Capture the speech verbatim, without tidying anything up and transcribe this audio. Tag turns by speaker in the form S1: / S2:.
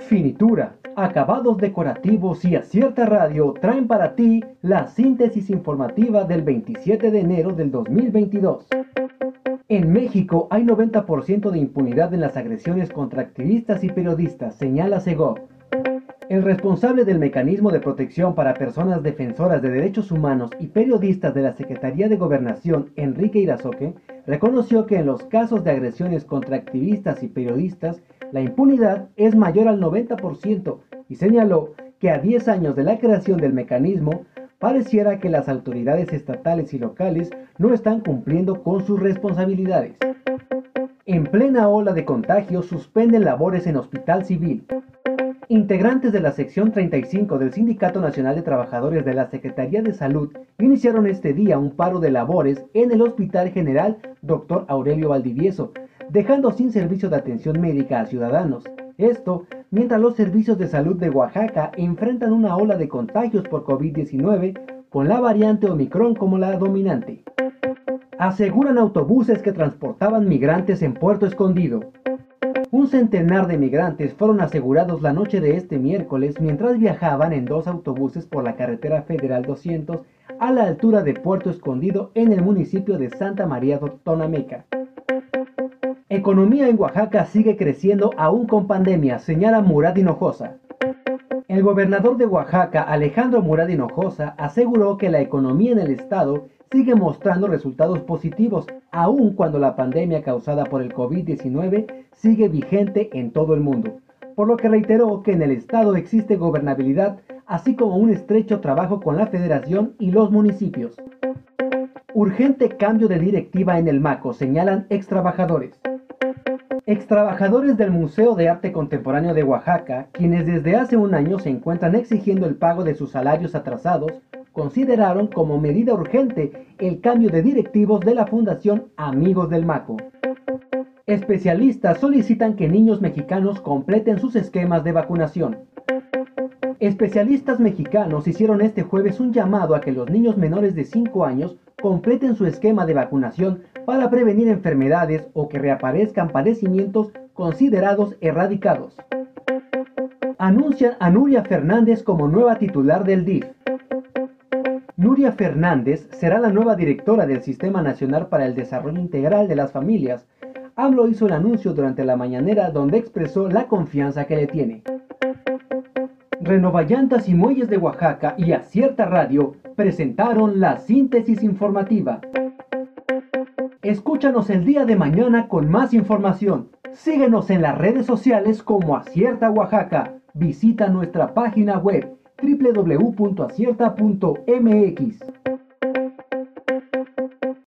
S1: Finitura, acabados decorativos y Acierta Radio traen para ti la síntesis informativa del veintisiete de enero del dos mil veintidós. En México hay noventa por ciento de impunidad en las agresiones contra activistas y periodistas, señala Segov. El responsable del Mecanismo de Protección para Personas Defensoras de Derechos Humanos y Periodistas de la Secretaría de Gobernación, Enrique Irazoque, reconoció que en los casos de agresiones contra activistas y periodistas, la impunidad es mayor al noventa por ciento y señaló que a diez años de la creación del mecanismo, pareciera que las autoridades estatales y locales no están cumpliendo con sus responsabilidades. En plena ola de contagios suspenden labores en Hospital Civil. Integrantes de la sección treinta y cinco del Sindicato Nacional de Trabajadores de la Secretaría de Salud iniciaron este día un paro de labores en el Hospital General doctor Aurelio Valdivieso, dejando sin servicio de atención médica a ciudadanos. Esto mientras los servicios de salud de Oaxaca enfrentan una ola de contagios por COVID diecinueve con la variante Omicron como la dominante. Aseguran autobuses que transportaban migrantes en Puerto Escondido. Un centenar de migrantes fueron asegurados la noche de este miércoles mientras viajaban en dos autobuses por la carretera federal doscientos a la altura de Puerto Escondido en el municipio de Santa María Totonameca. Economía en Oaxaca sigue creciendo aún con pandemia, señala Murad Hinojosa. El gobernador de Oaxaca, Alejandro Murad Hinojosa, aseguró que la economía en el estado sigue mostrando resultados positivos, aun cuando la pandemia causada por el COVID diecinueve sigue vigente en todo el mundo, por lo que reiteró que en el estado existe gobernabilidad, así como un estrecho trabajo con la federación y los municipios. Urgente cambio de directiva en el MACO, señalan extrabajadores. Extrabajadores del Museo de Arte Contemporáneo de Oaxaca, quienes desde hace un año se encuentran exigiendo el pago de sus salarios atrasados, consideraron como medida urgente el cambio de directivos de la Fundación Amigos del MACO. Especialistas solicitan que niños mexicanos completen sus esquemas de vacunación. Especialistas mexicanos hicieron este jueves un llamado a que los niños menores de cinco años completen su esquema de vacunación para prevenir enfermedades o que reaparezcan padecimientos considerados erradicados. Anuncian a Nuria Fernández como nueva titular del D I F. Nuria Fernández será la nueva directora del Sistema Nacional para el Desarrollo Integral de las Familias. AMLO hizo el anuncio durante la mañanera donde expresó la confianza que le tiene. Renovallantas y Muelles de Oaxaca y Acierta Radio presentaron la síntesis informativa. Escúchanos el día de mañana con más información. Síguenos en las redes sociales como Acierta Oaxaca. Visita nuestra página web doble u doble u doble u punto acierta punto m x.